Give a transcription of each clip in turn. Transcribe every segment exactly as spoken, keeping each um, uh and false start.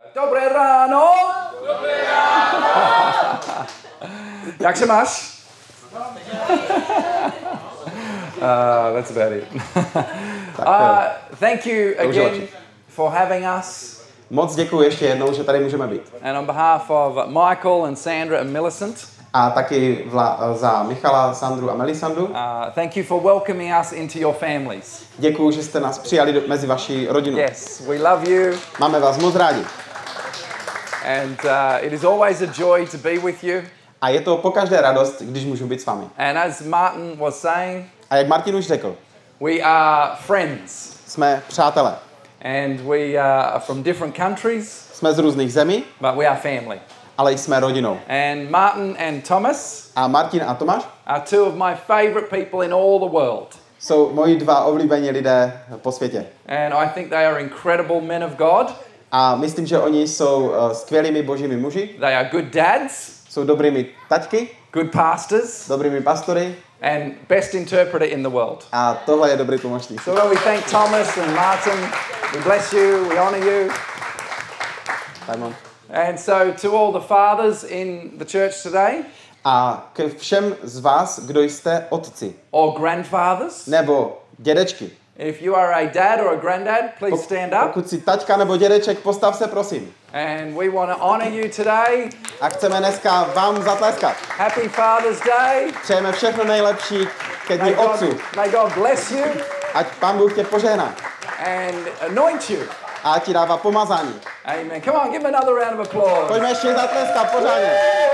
Dobré ráno. Dobré ráno. Jak se máš? uh, that's about it. uh, thank you again for having us. Moc děkuji ještě jednou, že tady můžeme být. And on behalf of Michael and Sandra and Millicent. A taky vla, za Michala, Sandru a Melisandu. Uh, thank you for welcoming us into your families. Děkuji, že jste nás přijali do, mezi vaši rodinu. Yes, we love you. Máme vás moc rádi. And uh, it is always a joy to be with you. A je to pokaždé radost, když můžu být s vámi. And as Martin was saying, a jak Martin už řekl, we are friends. Jsme přátelé. And we are from different countries. Jsme z různých zemí. But we are family. Ale jsme rodinou. And Martin and Thomas a Martin a Tomáš are two of my favorite people in all the world. Jsou moji dva oblíbení lidé po světě. And I think they are incredible men of God. A myslím, že oni jsou uh, skvělými božími muži. They are good dads. Jsou dobrými taťky. Good pastors. Dobrými pastory. And best interpreter in the world. A tohle je dobrý tlumočník. So well, we thank Thomas and Martin. We bless you. We honor you. Simon. And so to all the fathers in the church today. A ke všem z vás, kdo jste otci. Or grandfathers. Nebo dědečky. If you are a dad or a granddad, please stand up. Pokud jsi taťka nebo dědeček, postav se, prosím. And we want to honor you today. A chceme dneska vám zatleskat. Happy Father's Day. Přejeme všechno nejlepší ke dní otců. May God bless you. Ať Pán Bůh tě požehná. And anoint you. A ať ti dává pomazání. Amen. Come on, give him another round of applause. Pojďme ještě zatleskat pořádně.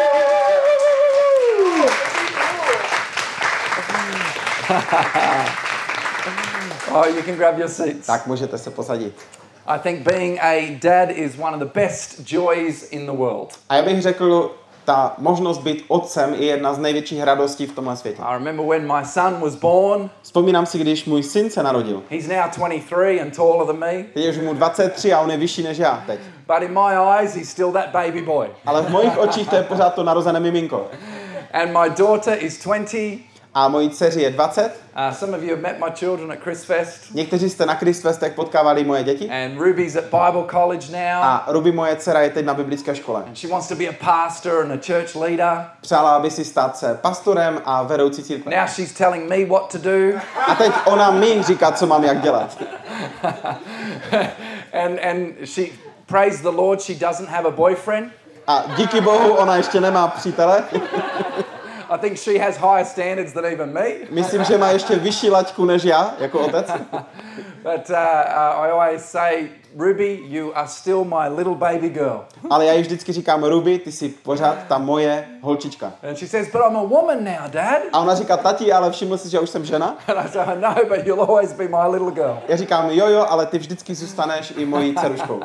Oh, you can grab your seats. Tak můžete se posadit. I think being a dad is one of the best joys in the world. A já bych řekl, ta možnost být otcem je jedna z největších radostí v tomhle světě. I remember when my son was born. Vzpomínám si, když můj syn se narodil. He's now twenty-three and taller than me. Teď je už mu dvacet tři a on je vyšší než já teď. But in my eyes he's still that baby boy. Ale v mojich očích to je pořád to narozené miminko. And my daughter is twenty. A mojí dceři je dvacet. Uh, some of you have met my children at Christfest. Někteří jste na Christfestech potkávali moje děti. And Ruby's at Bible College now. A Ruby, moje dcera, je teď na biblické škole. And she wants to be a pastor and a church leader. Přála, aby si stát se pastorem a vedoucí církve. Now she's telling me what to do. A teď ona mi říká, co mám jak dělat. and and she praise the Lord, she doesn't have a boyfriend. A díky Bohu ona ještě nemá přítele. I think she has higher standards than even me. Myslím, že má ještě vyšší laťku než já, jako otec. But uh, uh, I always say, Ruby, you are still my little baby girl. Ale já jí vždycky říkám, Ruby, ty jsi pořád ta moje holčička. And she says, but I'm a woman now, Dad. A ona říká, tati, ale všiml jsi, že už jsem žena? And I say, no, but you'll always be my little girl. Já říkám, jo, jo, ale ty vždycky zůstaneš i mojí dceruškou.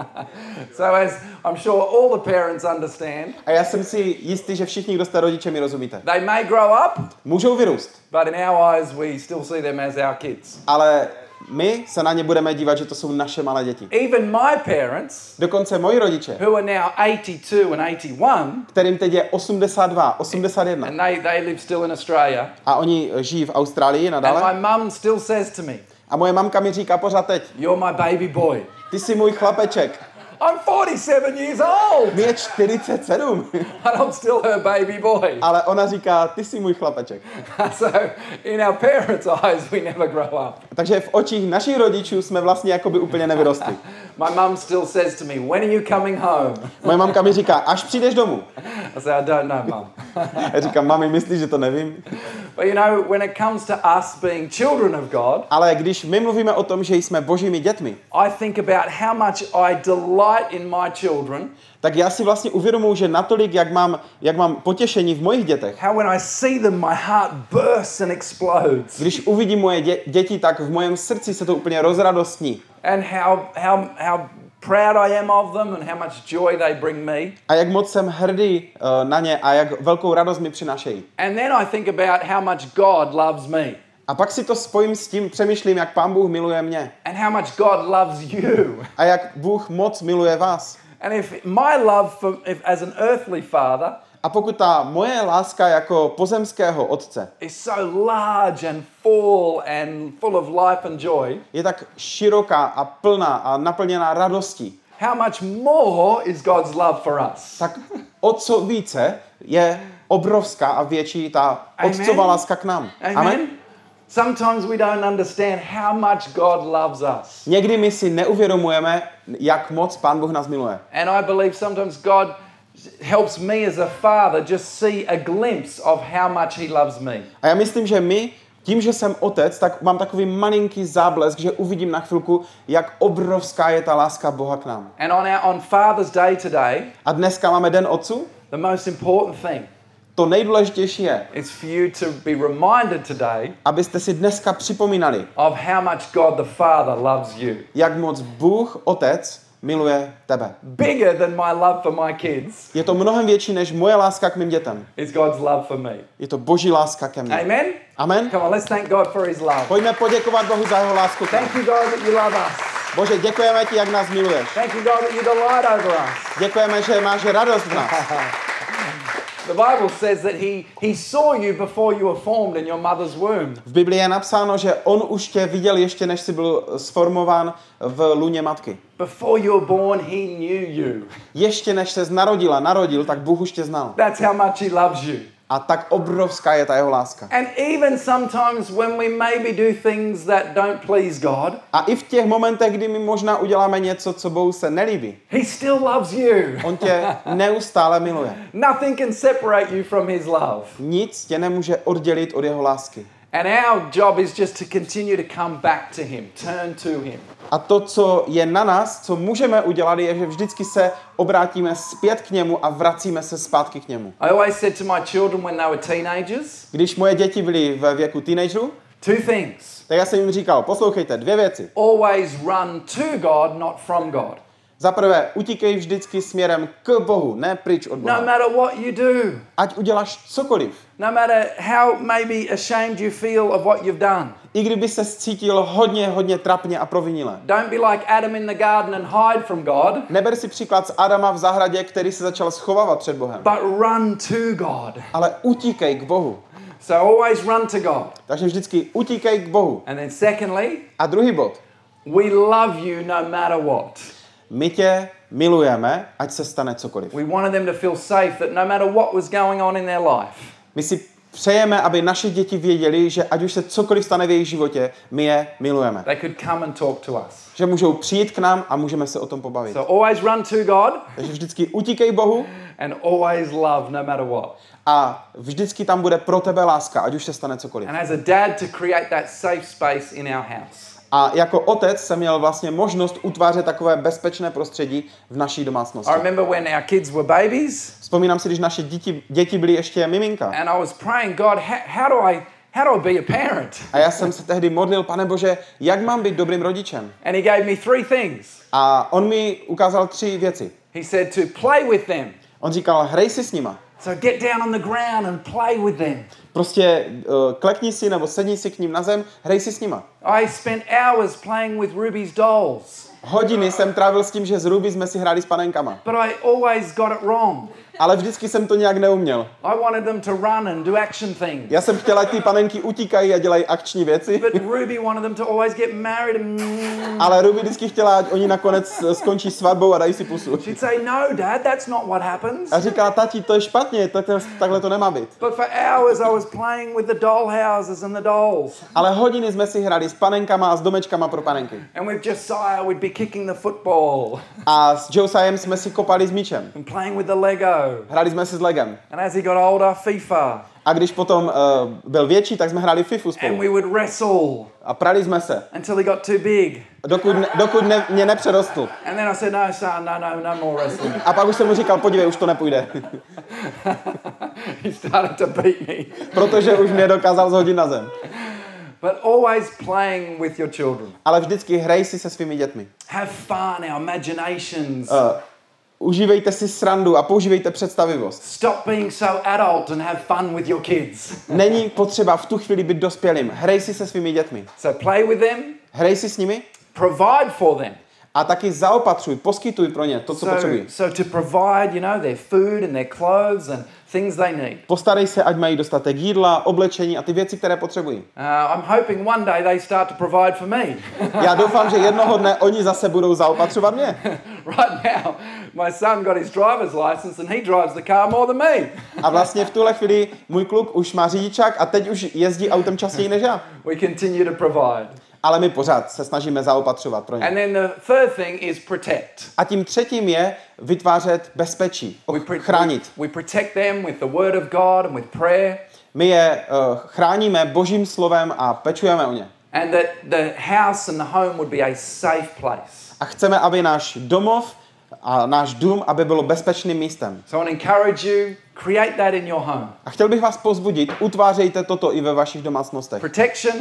So as I'm sure all the parents understand. A já jsem si jistý, že všichni, kdo jste rodiče, mi rozumíte. They may grow up. Můžou vyrůst. But in our eyes, we still see them as our kids. Ale my se na ně budeme dívat, že to jsou naše malé děti. Even my parents, dokonce moji rodiče, who are now eighty-two and eighty-one, kterým teď je osmdesát dva, osmdesát jedna. and they, they live still in Australia. A oni žijí v Austrálii nadále. And my mum still says to me, a moje mamka mi říká pořád teď, you're my baby boy. Ty jsi můj chlapeček. I'm forty-seven years old. Mi je čtyřicet sedm. And I'm still her baby boy. Ale ona říká, ty jsi můj chlapeček. So in our parents' eyes we never grow up. Takže v očích našich rodičů jsme vlastně jakoby úplně nevyrostli. My mum still says to me, when are you coming home? Moje mamka mi říká, až přijdeš domů. I say, I don't know, Mum. Já říkám, mami, myslíš, že to nevím? But you know, when it comes to us being children of God, ale když my mluvíme o tom, že jsme božími dětmi, I think about how much I delight in my children. Tak já si vlastně uvědomuji, že natolik, jak mám, jak mám potěšení v mojich dětech. How when I see them, my heart bursts and explodes. Když uvidím moje dě- děti, tak v mém srdci se to úplně rozradostní. And how how how proud I am of them and how much joy they bring me. A jak moc jsem hrdý uh, na ně a jak velkou radost mi přinášejí. And then I think about how much God loves me. A pak si to spojím s tím, přemýšlím, jak Pán Bůh miluje mě. And how much God loves you. A jak Bůh moc miluje vás. And if my love for, if, as an earthly father, a pokud ta moje láska jako pozemského otce is so large and full and full of life and joy, je tak široká a plná a naplněná radostí, how much more is God's love for us? tak o co více je obrovská a větší ta otcova láska k nám. Amen. Amen. Sometimes we don't understand how much God loves us. Někdy my si neuvědomujeme, jak moc Pán Bůh nás miluje. And I believe sometimes God helps me as a father just see a glimpse of how much he loves me. A já myslím, že my, tím, že jsem otec, tak mám takový malinký záblesk, že uvidím na chvilku, jak obrovská je ta láska Boha k nám. And on our, on Father's Day today, A dneska máme Den otců. the most important thing To nejdůležitější je, is for you to be reminded today abyste si dneska připomínali, of how much God the Father loves you. jak moc Bůh, Otec, miluje tebe. Bigger than my love for my kids Je to mnohem větší než moje láska k mým dětem. is God's love for me. Je to Boží láska ke mně. Amen? Amen. Come on, let's thank God for his love. Pojďme poděkovat Bohu za jeho lásku. Thank you, God, that you love us. Bože, děkujeme ti, jak nás miluješ. Thank you, God, that you delight over us. Děkujeme, že máš radost v nás. The Bible says that he, he saw you before you were formed in your mother's womb. V Biblii je napsáno, že on už tě viděl ještě, než jsi byl sformován v lůně matky. Before you were born, he knew you. Ještě než ses narodila, narodil, tak Bůh už tě znal. That's how much he loves you. A tak obrovská je ta jeho láska. And even sometimes when we maybe do things that don't please God, A i v těch momentech, kdy my možná uděláme něco, co Bohu se nelíbí, he still loves you. on tě neustále miluje. Nothing can separate you from his love. Nic tě nemůže oddělit od jeho lásky. And our job is just to continue to come back to him, turn to him. A to, co je na nás, co můžeme udělat, je, že vždycky se obrátíme zpět k němu a vracíme se zpátky k němu. I always said to my children when they were teenagers, Když moje děti byly ve věku teenagerů, two things. tak já jsem jim říkal, poslouchejte, dvě věci. Always run to God, not from God. Za prvé, utíkej vždycky směrem k Bohu, ne pryč od Boha. No matter what you do, Ať uděláš cokoliv. no matter how maybe ashamed you feel of what you've done. I kdyby se cítil hodně, hodně trapně a provinile. Don't be like Adam in the garden and hide from God, Neber si příklad z Adama v zahradě, který se začal schovávat před Bohem. but run to God. Ale utíkej k Bohu. So always run to God. Takže vždycky utíkej k Bohu. And then secondly, A druhý bod. we love you no matter what. My tě milujeme, ať se stane cokoliv. We wanted them to feel safe that no matter what was going on in their life, My si přejeme, aby naše děti věděli, že ať už se cokoliv stane v jejich životě, my je milujeme. they could come and talk to us. Že můžou přijít k nám a můžeme se o tom pobavit. So always run to God Takže vždycky utíkej Bohu and always love no matter what. a vždycky tam bude pro tebe láska, ať už se stane cokoliv. And as a dad, to create that safe space in our house. A jako otec jsem měl vlastně možnost utvářet takové bezpečné prostředí v naší domácnosti. I remember when our kids were babies Vzpomínám si, když naše děti, děti byly ještě miminka. and I was praying, God, how, how do I how do I be a parent? A já jsem se tehdy modlil, Pane Bože, jak mám být dobrým rodičem? And he gave me three things. A on mi ukázal tři věci. He said to play with them. On říkal, hrej si s nima. So get down on the ground and play with them. Prostě uh, klekni si nebo sedni si k ním na zem, hrej si s nima. I spent hours playing with Ruby's dolls, Hodiny jsem trávil s tím, že z Ruby jsme si hráli s panenkama. but I always got it wrong. Ale vždycky jsem to nějak neuměl. I wanted them to run and do action things. Já jsem chtěl, ať ty panenky utíkají a dělají akční věci, But Ruby wanted them to always get married and ale Ruby vždycky chtěla, ať oni nakonec skončí svatbou a dají si pusu. she'd say, no, Dad, that's not what happens. A říká, tati, to je špatně, to, to, takhle to nemá být. But for hours I was playing with the dollhouses and the dolls. Ale hodiny jsme si hráli s panenkama a s domečkama pro panenky. And with Josiah, we'd be kicking the football A s Josiem jsme si kopali s míčem. and playing with the Lego. Hráli jsme si s Legem. And as he got older, FIFA. A když potom uh, byl větší, tak jsme hráli FIFU And spolu. we would wrestle A prali jsme se, until he got too big. dokud, ne, dokud ne, mě nepřerostl. And then I said, no, son, no, no, no more wrestling. A pak už jsem mu říkal, podívej, už to nepůjde. He started to beat me. Protože už mě dokázal zhodit na zem. But always playing with your children. Ale vždycky hrej si se svými dětmi. Have fun, our imaginations. Uh, užívejte si srandu a používejte představivost. Stop being so adult and have fun with your kids. Není potřeba v tu chvíli být dospělým. Hrej si se svými dětmi. So play with them, Hrej si s nimi provide for them. A taky zaopatřuj, poskytuj pro ně to, co So, potřebují. so to provide, you know, their food and their clothes and things they need. Postarej se, ať mají dostatek jídla, oblečení a ty věci, které potřebují. Uh, I'm hoping one day they start to provide for me. Já doufám, že jednoho dne oni zase budou zaopatřovat mě. Right now, my son got his driver's license and he drives the car more than me. A vlastně v tuhle chvíli můj kluk už má řidičák a teď už jezdí autem častěji než já. We continue to provide. Ale my pořád se snažíme zaopatřovat pro ně. And then the third thing is protect. A tím třetím je vytvářet bezpečí, We, pre- chránit. we, we protect them with the word of God and with prayer. My je uh, chráníme Božím slovem a pečujeme o ně. And that the house and the home would be a safe place. A chceme, aby náš domov a náš dům, aby bylo bezpečným místem. So I want to encourage you, create that in your home. A chtěl bych vás povzbudit, utvářejte toto i ve vašich domácnostech. Protection,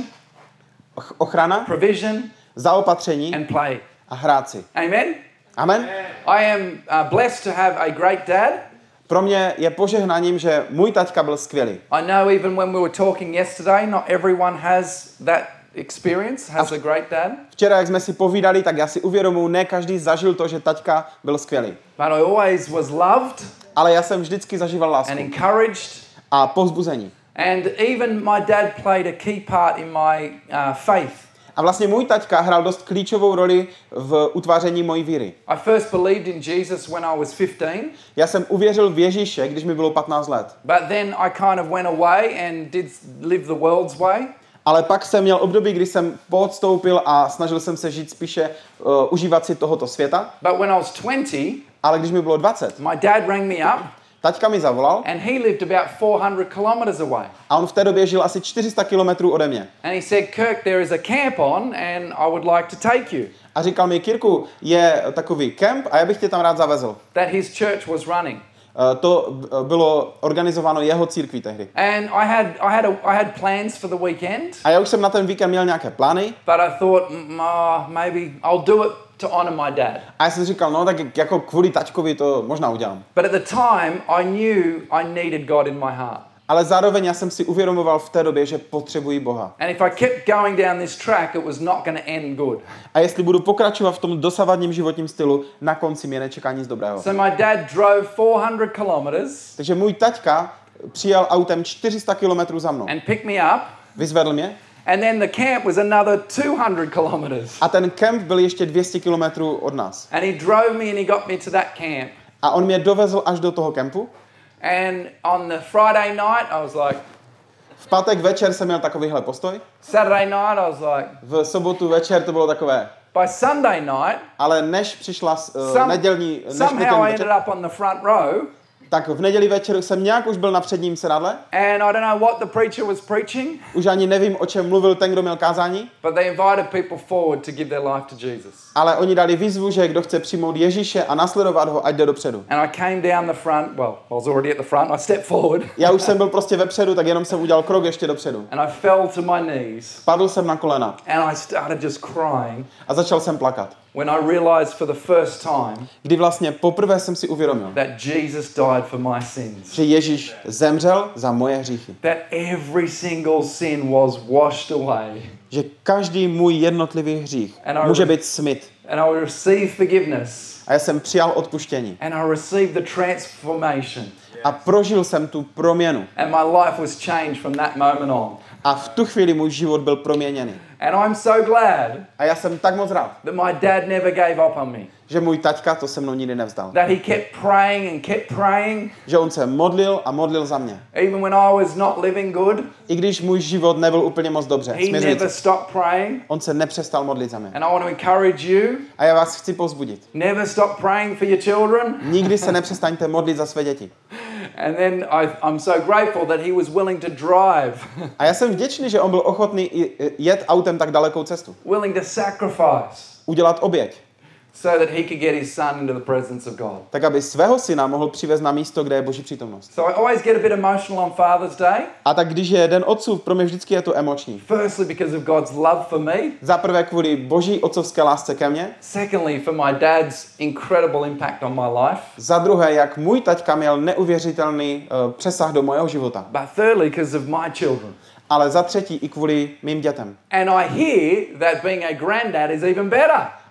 Ochrana, provision, zaopatření and play. a hrát si. Amen? Amen? I am uh, blessed to have a great dad. Pro mě je požehnáním, že můj taťka byl skvělý. I know even when we were talking yesterday, not everyone has that experience, has a great dad. Včera, jak jsme si povídali, tak já si uvědomuji, ne každý zažil to, že taťka byl skvělý. But I always was loved Ale já jsem vždycky zažíval lásku and encouraged. a povzbuzení. And even my dad played a key part in my uh, faith. A vlastně můj taťka hrál dost klíčovou roli v utváření mojí víry. I first believed in Jesus when I was fifteen. Já jsem uvěřil v Ježíše, když mi bylo patnáct let. But then I kind of went away and did live the world's way. Ale pak jsem měl období, kdy jsem poodstoupil a snažil jsem se žít spíše uh, užívat si tohoto světa. But when I was twenty, Ale když mi bylo dvacet, my dad rang me up taťka mi zavolal and he lived about four hundred kilometers away. a on v té době žil asi čtyři sta kilometrů ode mě. And he said, Kirk, there is a camp on and I would like to take you. A říkal mi, Kirku, je takový kemp a já bych tě tam rád zavezl. That his church was running. Uh, to uh, bylo organizováno jeho církví tehdy. And I had, I, had a, I had plans for the weekend, A já už jsem na ten víkend měl nějaké plány but I thought, mm, oh, maybe I'll do it to honor my dad. a já jsem říkal, no tak jako kvůli taťkovi to možná udělám. But at the time, I knew I needed God in my heart. Ale zároveň já jsem si uvědomoval v té době, že potřebuji Boha. And if I kept going down this track, it was not going to end good. A jestli budu pokračovat v tom dosavadním životním stylu, na konci mě nečeká nic dobrého. So my dad drove four hundred kilometers Takže můj taťka přijel autem čtyři sta kilometrů za mnou. and picked me up. Vyzvedl mě And then the camp was another two hundred kilometers. a ten kemp byl ještě dvě stě kilometrů od nás. And he drove me and he got me to that camp. A on mě dovezl až do toho kempu. And on the Friday night, I was like, V pátek večer jsem měl takovýhle postoj. Saturday night, I was like, V sobotu večer to bylo takové. by Sunday night, Ale než přišla uh, some, nedělní, než somehow nedělní I večer, ended up on the front row. tak v neděli večer jsem nějak už byl na předním sedadle. And I don't know what the preacher was preaching, Už ani nevím, o čem mluvil ten, kdo měl kázání. but they invited people forward to give their life to Jesus. Ale oni dali výzvu, že kdo chce přijmout Ježíše a nasledovat ho, ať jde dopředu. And I came down the front, well, I was already at the front, I stepped forward, Já už jsem byl prostě vepředu, tak jenom jsem udělal krok ještě dopředu. and I fell to my knees, Padl jsem na kolena and I started just crying a začal jsem plakat. when I realized for the first time Kdy vlastně poprvé jsem si uvědomil, that Jesus died for my sins. že Ježíš zemřel za moje hříchy. That every single sin was washed away. Že každý můj jednotlivý hřích And I může re- být smyt. And I received forgiveness. A já jsem přijal odpuštění. And I received the transformation. A prožil jsem tu proměnu. And my life was changed from that moment on. A v tu chvíli můj život byl proměněný. And I'm so glad A já jsem tak moc rád, that my dad never gave up on me. že můj taťka to se mnou nikdy nevzdal. That he kept praying and kept praying. Že on se modlil a modlil za mě. Even when I was not living good, I když můj život nebyl úplně moc dobře, he směřující, never stopped praying. on se nepřestal modlit za mě. And I want to encourage you, A já vás chci povzbudit. never stop praying for your children. Nikdy se nepřestaňte modlit za své děti. And then I, I'm so grateful that he was willing to drive, A já jsem vděčný, že on byl ochotný i- jet autem tak dalekou cestu. willing to sacrifice, Udělat oběť, so that he could get his son into the presence of God. tak aby svého syna mohl přivést na místo, kde je Boží přítomnost. So I always get a bit emotional on Father's Day. A tak když je den otců, pro mě vždycky je to emoční. Firstly, because of God's love for me. Za prvé kvůli Boží otcovské lásce ke mně. Secondly, for my dad's incredible impact on my life. Za druhé, jak můj taťka měl neuvěřitelný uh, přesah do mojeho života. But thirdly, because of my children. Ale za třetí i kvůli mým dětem. And I hear that being a granddad is even better.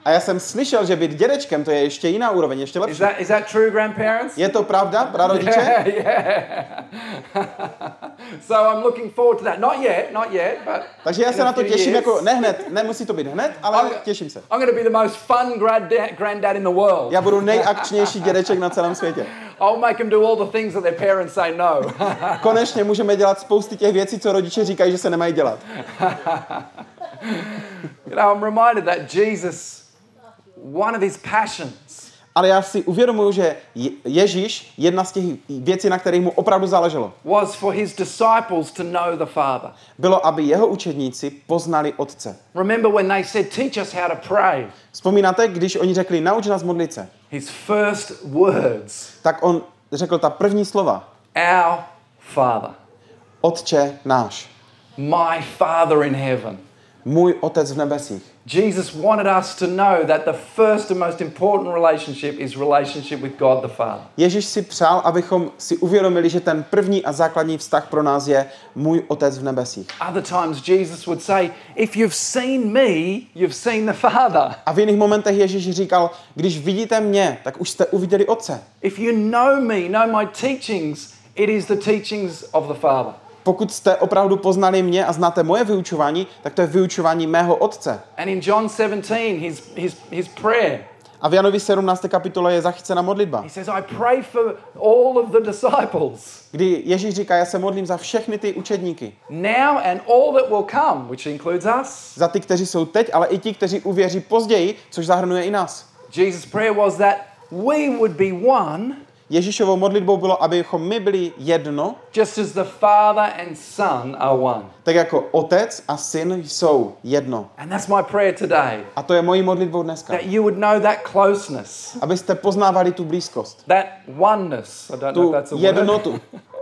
A já jsem slyšel, že být dědečkem, to je ještě jiná úroveň, ještě lepší. Is that, is that true, grandparents? Je to pravda, prarodiče? Yeah, yeah. So I'm looking forward to that. Not yet, not yet, but Takže já se in a na to few těším, years. jako ne hned, nemusí to být hned, ale I'm, těším se. I'm going to be the most fun granddad, granddad in the world. Já budu nejakčnější dědeček na celém světě. I'll make them do all the things that their parents say no. Konečně můžeme dělat spousty těch věcí, co rodiče říkají, že se nemají dělat. You know, I'm reminded that Jesus, one of his passions, Ale já si uvědomuji, že Je- Ježíš, jedna z těch věcí, na kterých mu opravdu záleželo, was for his disciples to know the Father. bylo, aby jeho učedníci poznali Otce. Remember when they said, teach us how to pray? Vzpomínáte, když oni řekli, nauč nás modlit se, His first words, tak on řekl ta první slova. our Father, Otče náš, my Father in heaven. můj Otec v nebesích. Jesus wanted us to know that the first and most important relationship is relationship with God the Father. Ježíš si přál, abychom si uvědomili, že ten první a základní vztah pro nás je můj Otec v nebesích. Other times Jesus would say, if you've seen me, you've seen the Father. A v jiných momentech Ježíš říkal, když vidíte mě, tak už jste uviděli Otce. If you know me, know my teachings, it is the teachings of the Father. Pokud jste opravdu poznali mě a znáte moje vyučování, tak to je vyučování mého Otce. And in John seventeen, his, his, his prayer, A v Janovi sedmnácté kapitole je zachycena modlitba, he says, I pray for all of the disciples kdy Ježíš říká, já se modlím za všechny ty učedníky. now and all that will come, which includes us. Za ty, kteří jsou teď, ale i ti, kteří uvěří později, což zahrnuje i nás. Jesus' prayer was that we would be one, Ježíšovou modlitbou bylo, abychom my byli jedno, just as the Father and Son are one. tak jako Otec a Syn jsou jedno. And that's my prayer today, A to je mojí modlitbou dneska. that you would know that closeness, Abyste poznávali tu blízkost, that oneness, I don't know tu if that's a word, jednotu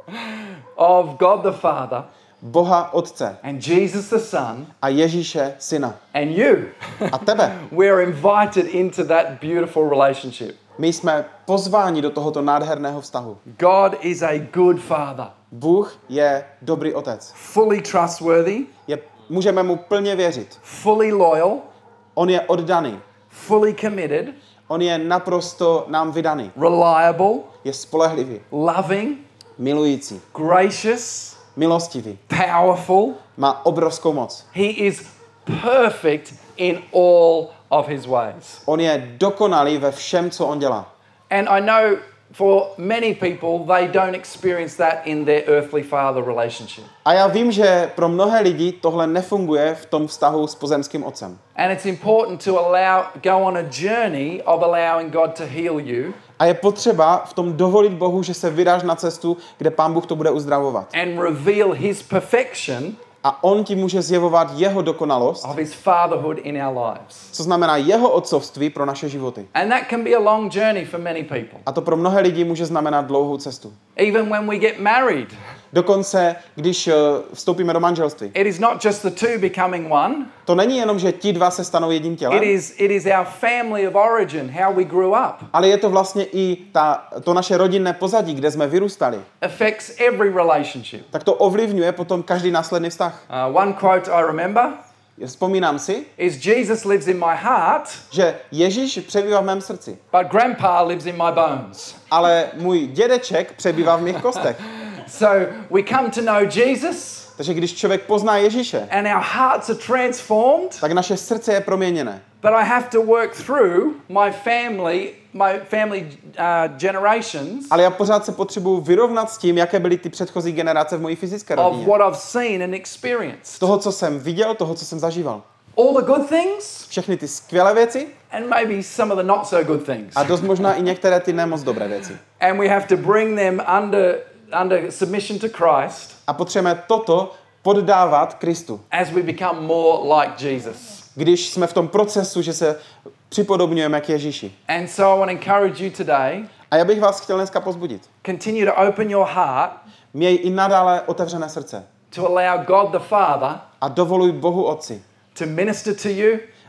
of God the Father Boha Otce and Jesus the Son a Ježíše Syna. and you. A tebe. We're invited into that beautiful relationship. My jsme pozváni do tohoto nádherného vztahu. God is a good Father, Bůh je dobrý Otec. fully trustworthy, Je, můžeme mu plně věřit. fully loyal, On je oddaný. fully committed, On je naprosto nám vydaný. reliable, Je spolehlivý, loving, milující, gracious, milostivý. powerful. Má obrovskou moc. He is perfect in all of his ways. On je dokonalý ve všem, co on dělá. And I know for many people, they don't experience that in their earthly father relationship. A já vím, že pro mnohé lidi tohle nefunguje v tom vztahu s pozemským otcem. And it's important to allow, go on a journey of allowing God to heal you A je potřeba v tom dovolit Bohu, že se vydáš na cestu, kde Pán Bůh to bude uzdravovat. and reveal his perfection A on ti může zjevovat jeho dokonalost, of his fatherhood in our lives. co znamená jeho otcovství pro naše životy. And that can be a long journey for many people. A to pro mnohé lidi může znamenat dlouhou cestu. Even when we get married, Dokonce, když uh, vstoupíme do manželství. it is not just the two becoming one. To není jenom, že ti dva se stanou jedním tělem, It is, it is our family of origin, how we grew up. ale je to vlastně i ta, to naše rodinné pozadí, kde jsme vyrůstali. Affects every relationship. Tak to ovlivňuje potom každý následný vztah. Uh, one quote I remember Vzpomínám si, is Jesus lives in my heart, že Ježíš přebývá v mém srdci, but grandpa lives in my bones. ale můj dědeček přebývá v mých kostech. So we come to know Jesus Takže když člověk pozná Ježíše, and our hearts are transformed, tak naše srdce je proměněné. but I have to work through my family, my family uh, generations Ale já pořád se potřebuji vyrovnat s tím, jaké byly ty předchozí generace v mojí fyzické of rodině. what I've seen and experienced. Toho, co jsem viděl, toho, co jsem zažíval. All the good things Všechny ty skvělé věci and maybe some of the not so good things. a dost možná i některé ty nemoc dobré věci. And we have to bring them under under submission to Christ A potřebujeme toto poddávat Kristu. as we become more like Jesus. Když jsme v tom procesu, že se připodobňujeme k Ježíši. And so I want to encourage you today, A já bych vás chtěl dneska pozbudit. continue to open your heart Měj i nadále otevřené srdce. to allow God the Father A dovoluj Bohu Otci, to minister to you,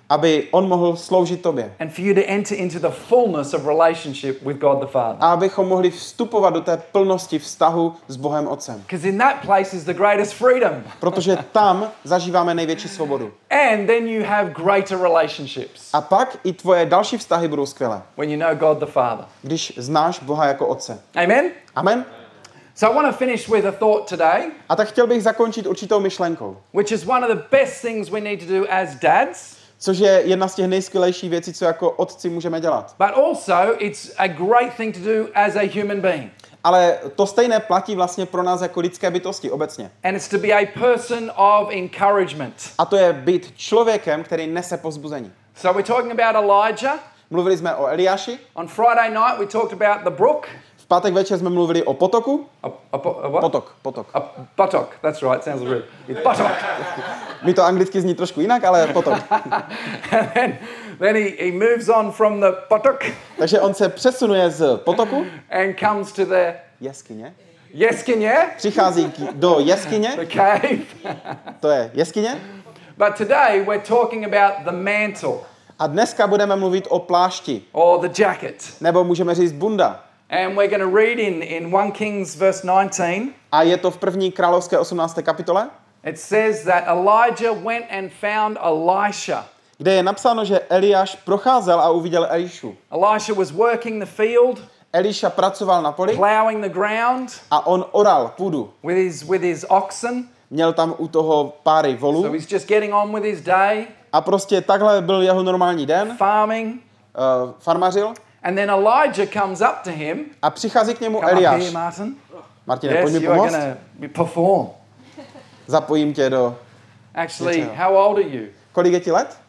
aby on mohl sloužit tobě. And for you to enter into the fullness of relationship with God the Father. A abychom mohli vstupovat do té plnosti vztahu s Bohem Otcem. Because in that place is the greatest freedom. Protože tam zažíváme největší svobodu. And then you have greater relationships. A pak i tvoje další vztahy budou skvělé. When you know God the Father. Když znáš Boha jako Otce. Amen? Amen. So I want to finish with a thought today. A tak chtěl bych zakončit určitou myšlenkou. Which is one of the best things we need to do as dads. Což je jedna z těch nejskvělejších věcí, co jako otci můžeme dělat. But also it's a great thing to do as a human being. Ale to stejné platí vlastně pro nás jako lidské bytosti obecně. And it's to be a person of encouragement. A to je být člověkem, který nese povzbuzení. So we're talking about Elijah. Mluvili jsme o Eliáši. On Friday night we talked about the brook. V pátek večer jsme mluvili o potoku. A, a, a what? Potok, potok. A buttock. That's right. Sounds rude. It's buttock. Mi to anglicky zní trošku jinak, ale potok. And then, then he, he moves on from the buttock. Takže on se přesunuje z potoku And comes to the jeskyně. jeskyně. Přichází do jeskyně. The cave. To je jeskyně. But today we're talking about the mantle. A dneska budeme mluvit o plášti. Or the jacket. Nebo můžeme říct bunda. And we're going to read in, in First Kings verse nineteen. A je to v první královské osmnácté kapitole. It says that Elijah went and found Elisha. Kde je napsáno, že Eliáš procházel a uviděl Elišu. Elisha was working the field. Eliša pracoval na poli. Plowing the ground. A on oral půdu. With his, with his oxen. Měl tam u toho páry volů. So he's just getting on with his day. A prostě takhle byl jeho normální den. Farming. Uh, farmařil. And then Elijah comes up to him. A přichází k němu Come Eliáš. up here, Martin. Martine, Yes, pojď mi you are pomoct. going to perform. Zapojím tě do... Actually, Něčeho. how old are you? Kolik je ti let?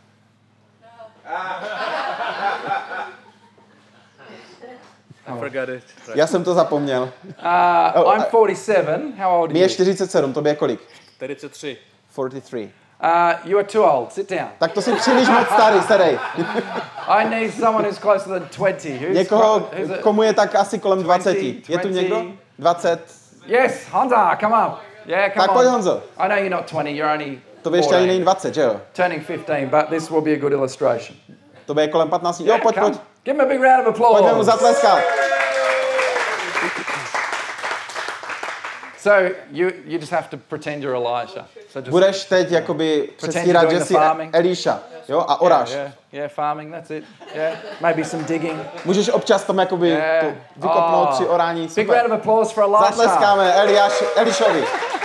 I forgot it. Já jsem to zapomněl. Uh, Oh, I'm I- forty-seven. How old Mi are je you? čtyřicet sedm, tobě je kolik? čtyřicet tři. čtyřicet tři. Uh, you are too old. Sit down. Tak to jsi příliš moc starý, starý. I need someone who's closer than twenty. Who's Někoho, who's a- komu je tak asi kolem dvacet. twenty, Je tu někdo? twenty. dvacet. Yes, Honza, come up. Yeah, come Tak on. pojď, Honzo. I know you're not twenty. You're only To by ještě ani není fourteen. dvacet, že jo? Turning fifteen, but this will be a good illustration. To by je kolem patnáct. Jo, Yeah, pojď, come. pojď. Give him a big round of Pojďme mu applause. zatleskat. So you you just have to pretend you're Elijah. So just Budeš teď jakoby přestírat, doing že the jsi farming. Eliša, jo, a oráš. Yeah, yeah, farming. That's it. Yeah, maybe some digging. Můžeš občas tam jakoby Yeah. to vykopnout Oh. při orání. Big round Super. of applause for Elisha. Zatleskáme Eliáš, Elišovi.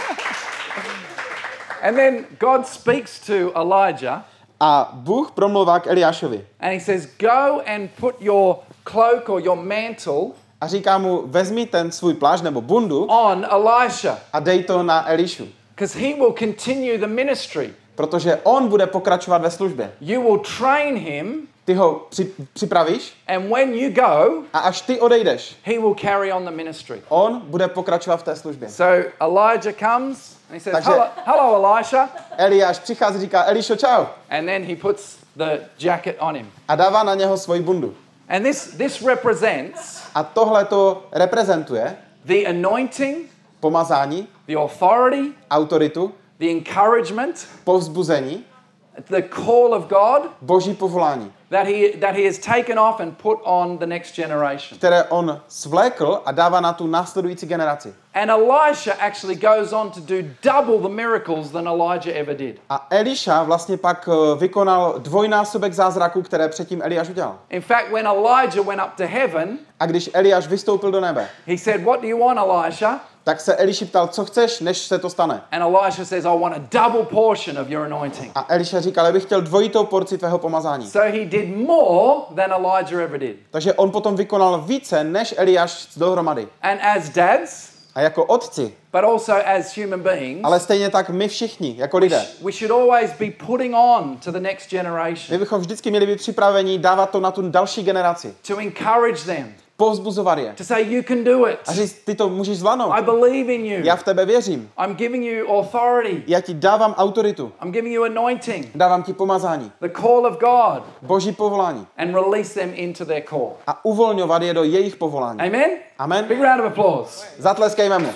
And then God speaks to Elijah A Bůh promluvá k Eliášovi. and he says, go and put your cloak or your mantle A říká mu, vezmi ten svůj plášť nebo bundu on Elisha, a dej to na Elišu. because he will continue the ministry. Protože on bude pokračovat ve službě. You will train him, Ty ho při, připravíš and when you go, a až ty odejdeš, he will carry on the ministry. on bude pokračovat v té službě. So Elijah comes and he says, Takže- hello, hello Elisha. Eliáš přichází, říká, Elišo, čau. And then he puts the jacket on him. A dává na něho svoji bundu. And this, this represents A tohle to reprezentuje the anointing, pomazání, the authority, autoritu, the encouragement, povzbuzení, the call of God boží povolání, that he, that he has taken off and put on the next generation. které on svlékl a dává na tu následující generaci. And Elisha actually goes on to do double the miracles than Elijah ever did. A Eliša vlastně pak eh, vykonal dvojnásobek zázraků, které předtím Eliáš udělal. In fact, when Elijah went up to heaven, A když Eliáš vystoupil do nebe, he said, what do you want, Elisha? tak se Eliši ptal, co chceš, než se to stane. And Elisha says, I want a double portion of your anointing. A Eliša říkal, já bych chtěl dvojitou porci tvého pomazání. So he did more than Elijah ever did. Takže on potom vykonal více, než Eliáš dohromady. And as dads, A jako otci, but also as human beings, ale stejně tak my všichni, jako lidé, we should always be putting on to the next my generation bychom vždycky měli být připraveni dávat to na tu další generaci. to encourage them, Povzbuzovat je. to say, you can do it. A říct, ty to můžeš zvládnout. I believe in you. Já v tebe věřím. I'm giving you authority. Já ti dávám autoritu. I'm giving you anointing, Dávám ti pomazání. the call of God, Boží povolání. and release them into their call. A uvolňovat je do jejich povolání. Amen? Amen. Big round of applause. Zatleskejme mu.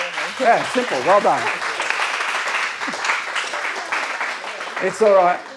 Yeah, simple. Well done. It's all right.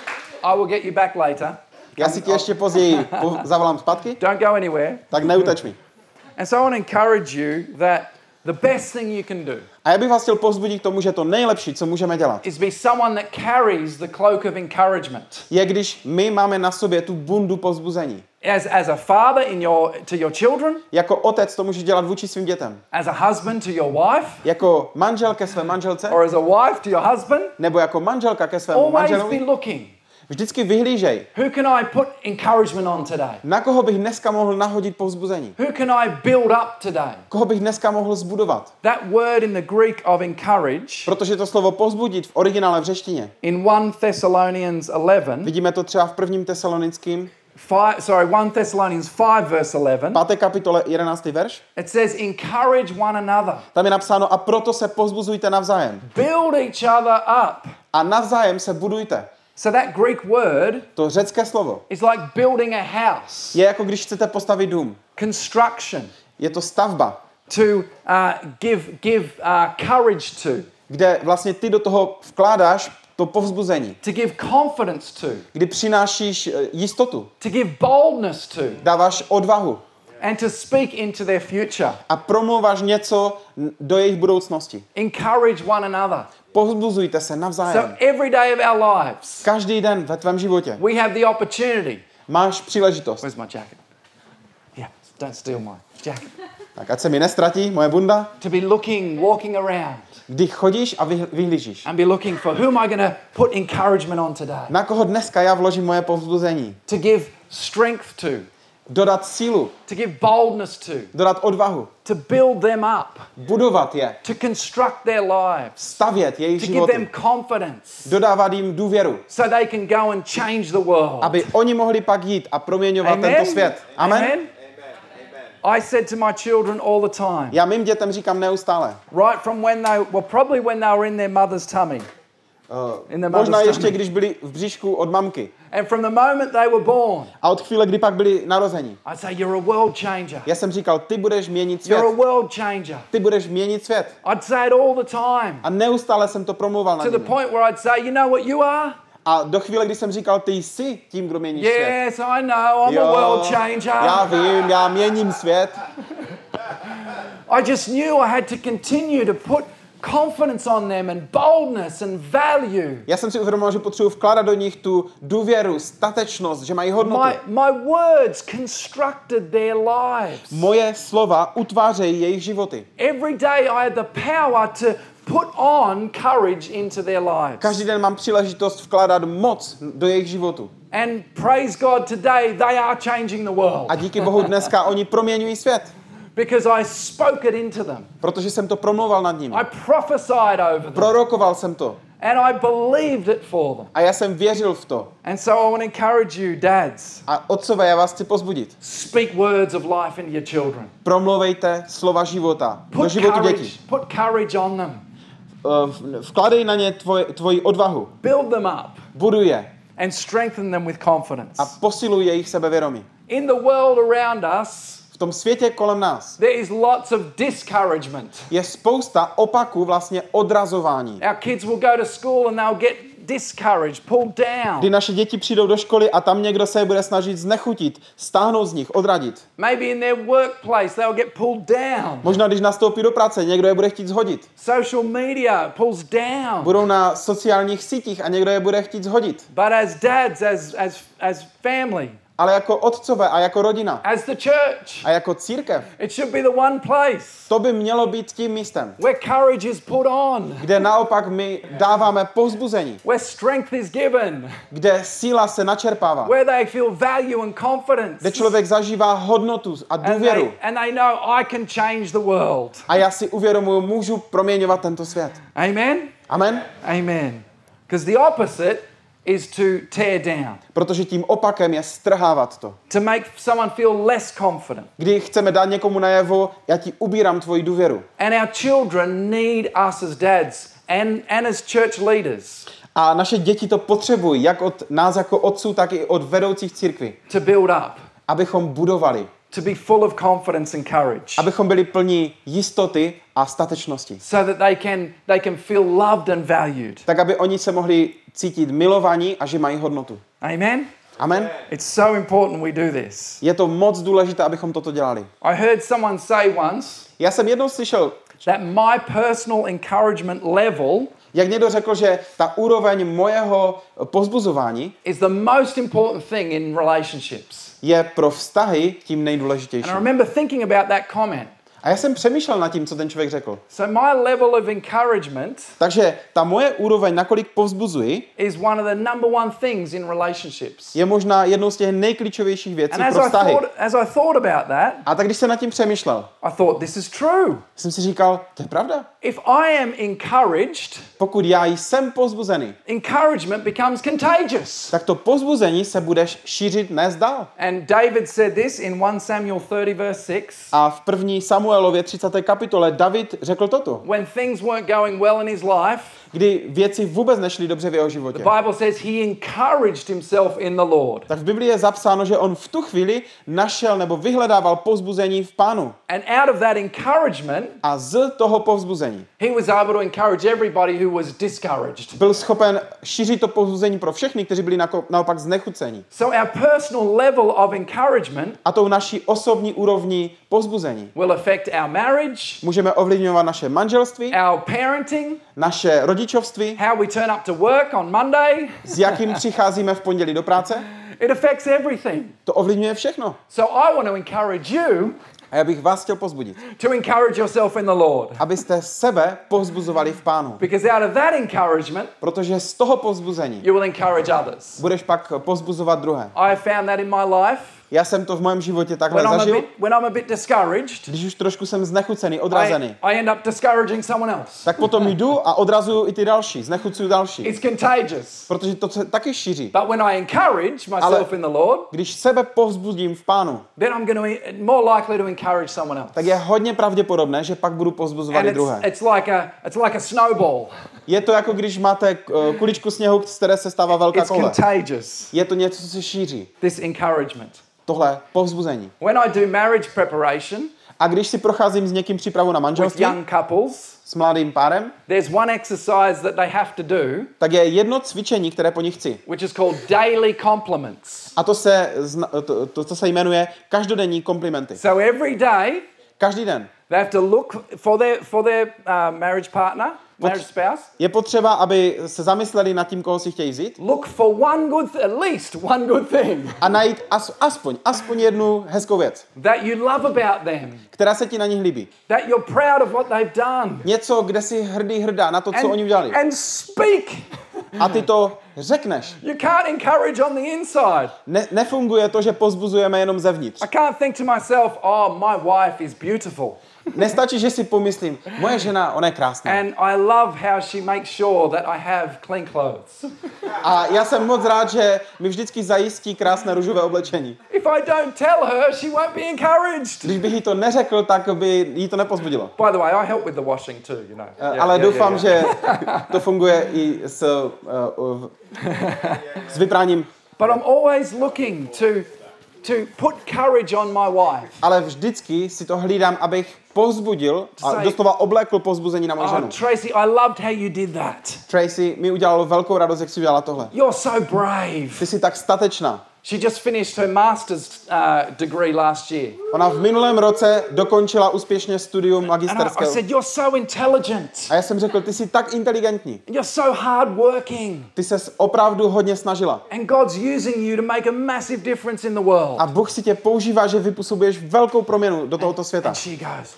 I will get you back later. Já si tě ještě později po- zavolám zpátky, Don't go anywhere. tak neuteč mi. And so I want to encourage you that the best thing you can do A já bych vás chtěl povzbudit k tomu, že to nejlepší, co můžeme dělat, is be someone that carries the cloak of encouragement. je, když my máme na sobě tu bundu povzbuzení. As, as a father in your, to your children, Jako otec to může dělat vůči svým dětem. as a husband to your wife, Jako manžel ke své manželce, or as a wife to your husband, nebo jako manželka ke svému always be manželovi. looking. Vždycky vyhlížej, Who can I put encouragement on today? na koho bych dneska mohl nahodit povzbuzení. Who can I build up today? Koho bych dneska mohl zbudovat. That word in the Greek of encourage, Protože to slovo povzbudit v originále v řečtině. in First Thessalonians eleven, Vidíme to třeba v prvním Tesalonickým, five, sorry, First Thessalonians five verse eleven, páté kapitole jedenáctý verš. it says encourage one another. Tam je napsáno, a proto se povzbuzujte navzájem. Build each other up. A navzájem se budujte. So that Greek word To řecké slovo is like building a house, je jako když chcete postavit dům. construction, Je to stavba, to uh, give, give uh, courage to, kde vlastně ty do toho vkládáš to povzbuzení. to give confidence to, Kdy přinášíš eh, jistotu, to give boldness to, dáváš odvahu and to speak into their future. a promluváš něco n- do jejich budoucnosti. Encourage one another. Povzbuzujte se So navzájem. every day of our lives, Každý den ve tvém životě we have the opportunity. máš příležitost. Where's my jacket? Yeah, don't steal my jacket. Tak ať se mi nestratí moje bunda. To be looking, walking around, Kdy chodíš a vyhl- vyhlížíš. and be looking for who am I going to put encouragement on today? Na koho dneska já vložím moje povzbuzení? To give strength to, Dodat sílu, to give boldness to, dodat odvahu, to build them up, budovat je, to construct their lives, stavět jejich to give them životy, confidence dodávat jim důvěru, so they can go and change the world. aby oni mohli pak jít a proměňovat Amen? tento svět. Amen? Amen? I said to my children all the time, Já mým dětem říkám neustále. right from when they, well, probably when they were in their mother's tummy, Uh, in their možná mother's ještě, tummy, když byli v bříšku od mamky. and from the moment they were born, A od chvíle, kdy pak byli narozeni. I'd say, you're a world changer. Já jsem říkal, ty budeš měnit svět. You're a world changer. Ty budeš měnit svět. I'd say it all the time, A neustále jsem to promluval na to the nimi. point where I'd say, you know what you are? A do chvíle, kdy jsem říkal, ty jsi tím, kdo měníš svět. Yes, I know, I'm a world changer. já vím, já měním svět. I just knew I had to continue to put confidence on them and boldness and value. Já jsem si uvědomil, že potřebuji vkládat do nich tu důvěru, statečnost, že mají hodnotu. My, my words constructed their lives. Moje slova utvářejí jejich životy. Every day I had the power to put on courage into their lives. Každý den mám příležitost vkládat moc do jejich životu. And praise God, today they are changing the world. A díky Bohu dneska oni proměňují svět. Because I spoke it into them. Protože jsem to promluval nad nimi. I prophesied over them. Prorokoval jsem to. And I believed it for them. A já jsem věřil v to. And so I want to encourage you, dads. A otcové, já vás chci pozbudit. Speak words of life into your children. Promlouvejte slova života do Put životu courage, dětí. put courage on them. Uh, Vkládej na ně tvoj, tvoji odvahu. Build them up Buduj je. and strengthen them with confidence. A posiluj jejich sebevědomí. In the world around us, V tom světě kolem nás there is lots of discouragement. je spousta opaků vlastně odrazování. Our kids will go to school and they'll get discouraged, pulled down. Kdy naše děti přijdou do školy a tam někdo se je bude snažit znechutit, stáhnout z nich, odradit. Maybe in their workplace they'll get pulled down. Možná, když nastoupí do práce, někdo je bude chtít zhodit. Social media pulls down. Budou na sociálních sítích a někdo je bude chtít zhodit. But as dads, as, as, as family, Ale jako otcové a jako rodina as the church, a jako církev, it should be the one place to by mělo být tím místem, where courage is put on, kde naopak my dáváme povzbuzení, where strength is given, kde síla se načerpává, where they feel value and confidence. kde člověk zažívá hodnotu a And důvěru. they, and they know I can change the world. A já si uvědomuji, můžu proměňovat tento svět. Amen? Amen? Amen. Because the opposite is to tear down, Protože tím opakem je strhávat to. to make someone feel less confident. Kdy chceme dát někomu najevo, já ti ubírám tvoji důvěru. And our children need us as dads and, and as church leaders A naše děti to potřebují, jak od nás jako otců, tak i od vedoucích církví. to build up, Abychom budovali. to be full of confidence and courage, Abychom byli plní jistoty a statečnosti. so that they can, they can feel loved and valued. Tak, aby oni se mohli cítit milovaní a že mají hodnotu. Amen? Amen. It's so important we do this. Je to moc důležité, abychom toto dělali. I heard someone say once Já jsem jednou slyšel, that my personal encouragement level jak někdo řekl, že ta úroveň mojeho povzbuzování is the most important thing in relationships. je pro vztahy tím And I nejdůležitějším. remember thinking about that comment. A já jsem přemýšlel nad tím, co ten člověk řekl. So my level of encouragement Takže ta moje úroveň, nakolik povzbuzuji, is one of the number one things in relationships. je možná jednou z těch nejklíčovějších věcí And as pro I vztahy. thought, as I thought about that, A tak když jsem nad tím přemýšlel, I thought this is true. jsem si říkal, to je pravda. If I am encouraged, Pokud já jsem povzbuzený, encouragement becomes contagious. tak to povzbuzení se budeš šířit nést dál. And David said this in First Samuel thirty verse six. A v první Samuelově třicáté kapitole David řekl toto. When things weren't going well in his life, Kdy věci vůbec nešly dobře v jeho životě. the Bible says he encouraged himself in the Lord. Tak v Biblii je zapsáno, že on v tu chvíli našel nebo vyhledával povzbuzení v Pánu. And out of that encouragement, A z toho povzbuzení he was able to encourage everybody who was discouraged. byl schopen šířit to povzbuzení pro všechny, kteří byli nako- naopak znechuceni. So our personal level of encouragement A tou naší osobní úrovní povzbuzení will affect our marriage, můžeme ovlivňovat naše manželství, our parenting, naše rodičovství, how we turn up to work on Monday. s jakým přicházíme v pondělí do práce. It affects everything. To ovlivňuje všechno. So I want to encourage you A já bych vás chtěl povzbudit, to encourage yourself in the Lord. abyste sebe povzbuzovali v Pánu. Because out of that encouragement, Protože z toho povzbuzení you will encourage others. budeš pak povzbuzovat druhé. I have found that in my life. Já jsem to v mém životě takhle When I'm a zažil. bit, when I'm a bit discouraged, Když už trošku jsem znechucený, I, odrazený, I end up discouraging someone else. tak potom jdu a odrazuju i ty další, znechucuju další. It's contagious. Protože to se taky šíří. But when I encourage myself Ale- in the Lord, Když sebe povzbudím v Pánu, then I'm going to be more likely to encourage someone else. tak je hodně pravděpodobné, že pak budu povzbuzovat And i it's, druhé. it's like a it's like a snowball. Je to jako když máte eh, kuličku sněhu, z které se stává velká It's koule. contagious. Je to něco, co se šíří. This encouragement. Tohle povzbuzení. When I do marriage preparation A když si procházím s někým přípravu na with manželství, young couples, s mladým párem, there's one exercise that they have to do, tak je jedno cvičení, které po nich chci. which is called daily compliments. A to se, zna- to, to, to se jmenuje každodenní komplimenty. So every day Každý den. they have to look for their for their uh, marriage partner, marriage spouse. Je potřeba, aby se zamysleli nad tím, koho si chtějí vzít Look for one good, th- at least one good thing a najít as, aspoň, aspoň jednu hezkou věc, that you love about them, která se ti na nich líbí. that you're proud of what they've done, Něco, kde si hrdý, hrdá na to, co oni udělali. and speak. A ty to řekneš. You can't encourage on the inside. Ne, nefunguje to, že pozbuzujeme jenom zevnitř. I can't think to myself, oh, my wife is beautiful. Nestačí, že si pomyslím, moje žena, ona je krásná. And I love how she makes sure that I have clean clothes. A já jsem moc rád, že mi vždycky zajistí krásné růžové oblečení. If I don't tell her, she won't be encouraged. Když bych jí to neřekl, tak by jí to nepozbudilo. By the way, I help with the washing too, you know. Uh, Yeah, ale yeah, doufám, yeah, yeah. že to funguje i s, uh, uh, s vypráním. But I'm always looking to to put courage on my wife. Ale vždycky si to hlídám, abych povzbudil a Say- doslova oblékl povzbuzení na moji Oh, ženu. Tracy, I loved how you did that. Tracy mi udělalo velkou radost, jak si udělala tohle. You're so brave. Ty jsi tak statečná. She just finished her master's uh, degree last year. Ona v minulém roce dokončila úspěšně studium And I, I magisterského. said, you're so intelligent. A já jsem řekl, ty jsi tak inteligentní. You're so hardworking. Ty ses opravdu hodně snažila. And God's using you to make a massive difference in the world. A Bůh si tě používá, že vypůsobuješ velkou proměnu do tohoto světa. And she goes,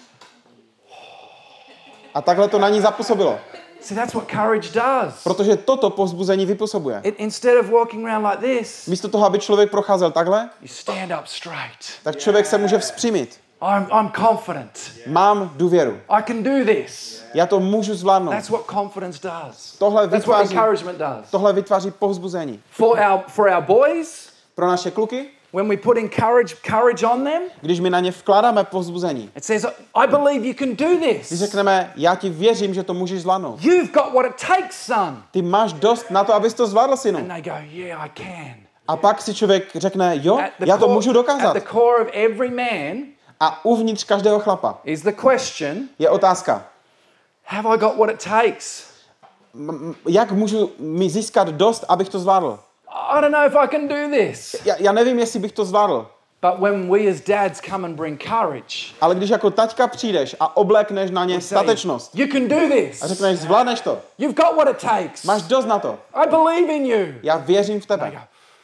A takhle to na ní zapůsobilo. see, that's what courage does. Protože toto povzbuzení vypůsobuje. It, instead of walking around like this, Místo toho, aby člověk procházel takhle, you stand up straight. tak člověk se může vzpřímit. I'm, I'm confident. Mám důvěru. I can do this. Já to můžu zvládnout. That's what confidence does. Tohle That's what vytváří, encouragement does. tohle vytváří povzbuzení. For our, for our boys, Pro naše kluky, when we put encourage, courage on them, když my na ně vkládáme povzbuzení, it says, I believe you can do když this. řekneme, já ti věřím, že to můžeš zvládnout. You've got what it takes, son. Ty máš dost na to, abys to zvládl, synu. And they go, yeah, I can. A pak si člověk řekne, jo, At the já to core- můžu At dokázat. the core of every man A uvnitř každého chlapa is the question, je otázka, have I got what it takes? m- jak můžu mi získat dost, abych to zvládl. I don't know if I can do this. Já, já nevím, jestli bych to zvládl. But when we as dads come and bring courage, Ale když jako taťka přijdeš a oblékneš na ně say, statečnost you can do this. a řekneš, zvládneš to, You've got what it takes. máš dost na to, I believe in you. já věřím v They tebe. go,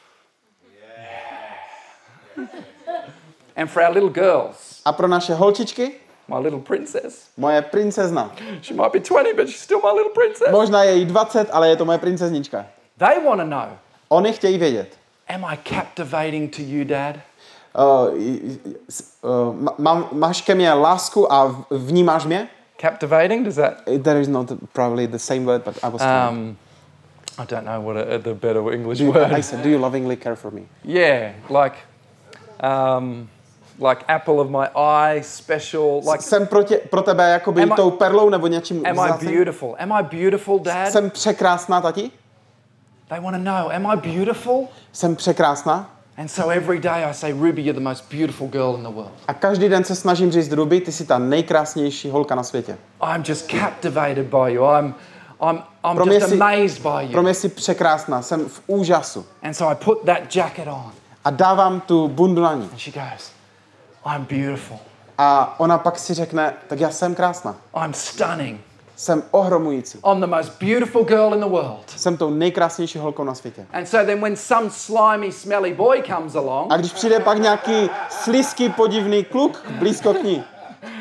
and for our little girls, A pro naše holčičky, my little princess, moje princezna. she might be twenty, but she's still my little princess. Možná je jí dvacet, ale je to moje princeznička. They want to know, Oni chtějí vědět. am I captivating to you, Dad? Uh, uh, má, máš ke mně lásku a vnímáš mě? Captivating, does that? There is not probably the same word, but I was trying. Um, I don't know what a, the better English Do you, word. I said, do you lovingly care for me? Yeah, like, um, like apple of my eye, special. Like, Jsem pro, tě, pro tebe jakoby Am I- tou perlou nebo něčím am I vzácným? beautiful? Am I beautiful, Dad? Jsem překrásná, tati? They want to know, am I beautiful? Jsem překrásná? And so every day I say, Ruby, you're the most beautiful girl in the world. A každý den se snažím říct, Ruby, ty jsi ta nejkrásnější holka na světě. I'm just captivated by you. I'm, I'm, I'm Pro mě just jsi- amazed by Pro you. mě jsi překrásná, jsem v úžasu. And so I put that jacket on, A dávám tu bundu na ní. and she goes, I'm beautiful. A ona pak si řekne, tak já jsem krásná. I'm stunning. Jsem ohromující. I'm the most beautiful girl in the world. Jsem tou nejkrásnější holkou na světě. And so then when some slimy, smelly boy comes along, A když přijde pak nějaký slizký, podivný kluk blízko k ní,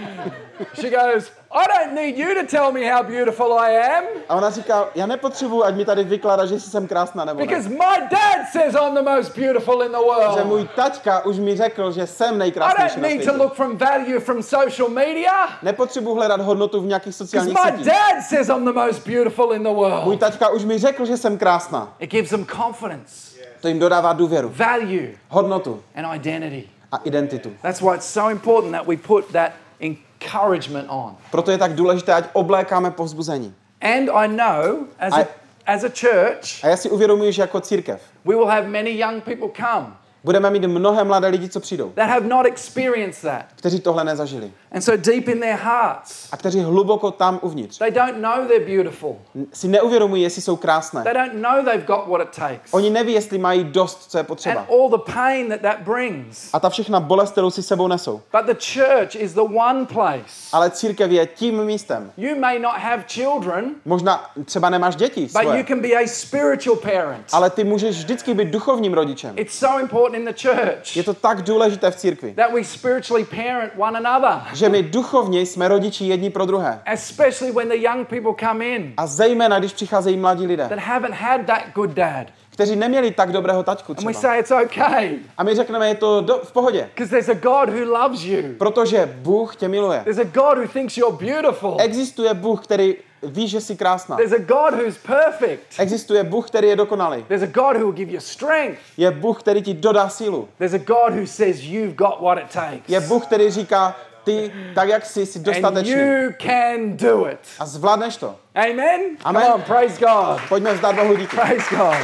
she goes, I don't need you to tell me how beautiful I am, a ona říká, já nepotřebuji, ať mi tady vykládá, že jsem krásná nebo ne. because my dad says I'm the most beautiful in the Že world. můj taťka už mi řekl, že jsem I nejkrásnější don't na need to světě. look from value from social media, Nepotřebuji hledat hodnotu v nějakých because sociálních my sítích. dad says I'm the most beautiful in the Můj world. taťka už mi řekl, že jsem krásná. It gives them confidence, To jim dodává důvěru, value, hodnotu and identity. a identitu. That's why it's so important that we put that encouragement on. Proto je tak důležité, ať oblékáme povzbuzení. And I know, as a, I- as a church, A já si uvědomuji, že jako církev we will have many young people come budeme mít mnohé mladé lidi, co přijdou, that have not experienced that. kteří tohle nezažili. And so deep in their hearts, A kteří hluboko tam uvnitř they don't know they're beautiful. si neuvědomují, jestli jsou krásné. They don't know they've got what it takes. Oni neví, jestli mají dost, co je And potřeba. all the pain that that brings. A ta všechna bolest, kterou si sebou nesou. But the church is the one place. Ale církev je tím místem. You may not have children, Možná třeba nemáš děti but you svoje, can be a spiritual parent. ale ty můžeš vždycky být duchovním rodičem. It's so important in the church Je to tak důležité v církvi, that we spiritually parent one another, že my duchovně jsme rodiči jedni pro druhé. especially when the young people come in A zejména, když přicházejí mladí lidé, that haven't had that good dad. kteří neměli tak dobrého taťku And we třeba. say it's okay A my řekneme, je to do, v pohodě, because there's a God who loves you. protože Bůh tě miluje. There's a God who thinks you're beautiful. Existuje Bůh, který ví, že jsi krásná. There's a God who's perfect. Existuje Bůh, který je dokonalý. There's a God who will give you strength. Je Bůh, který ti dodá sílu. There's a God who says you've got what it takes. Je Bůh, který říká, ty, tak jak jsi, jsi And dostatečný. you can do it. A zvládneš to. Amen? Amen. Come on, praise God. Pojďme vzdát Bohu díky. Praise God.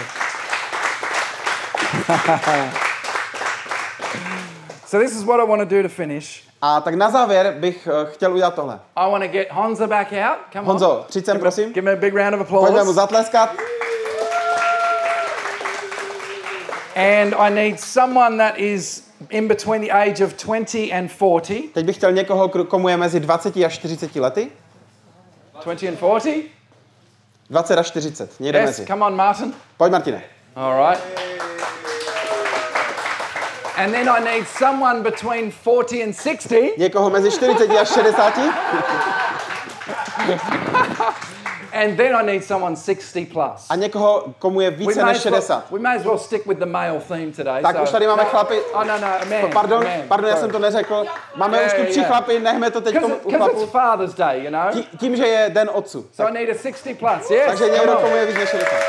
So this is what I want to do to finish. A tak na závěr bych uh, chtěl udělat tohle. I want to get Honza back out. Come Honzo, on. přijď sem, Give me, prosím. give me a big round of Pojďme mu applause. zatleskat. And I need someone that is in between the age of twenty and forty. Teď bych chtěl někoho, komu je mezi dvaceti a čtyřiceti lety. twenty and forty? dvacet až čtyřicet, někde Yes, mezi. come on, Martin. Pojď, Martine. All right. And then I need someone between forty and sixty. Někoho mezi čtyřiceti až šedesáti. And then I need someone sixty plus. A někoho, komu je We více may, než as well, šedesát. we may as well stick with the male theme today. Tak so, už tady máme no, chlapy. Oh, no, no, a man. Pardon, a man. pardon, já jsem to neřekl. Máme Yeah, už tu tři yeah. chlapy, nechme to teď u Because chlapů. it's Father's Day, you know? Tí- Tím, že je den otců. So I need a sixty plus, yes? Takže Come někdo, on. komu je víc než šedesát.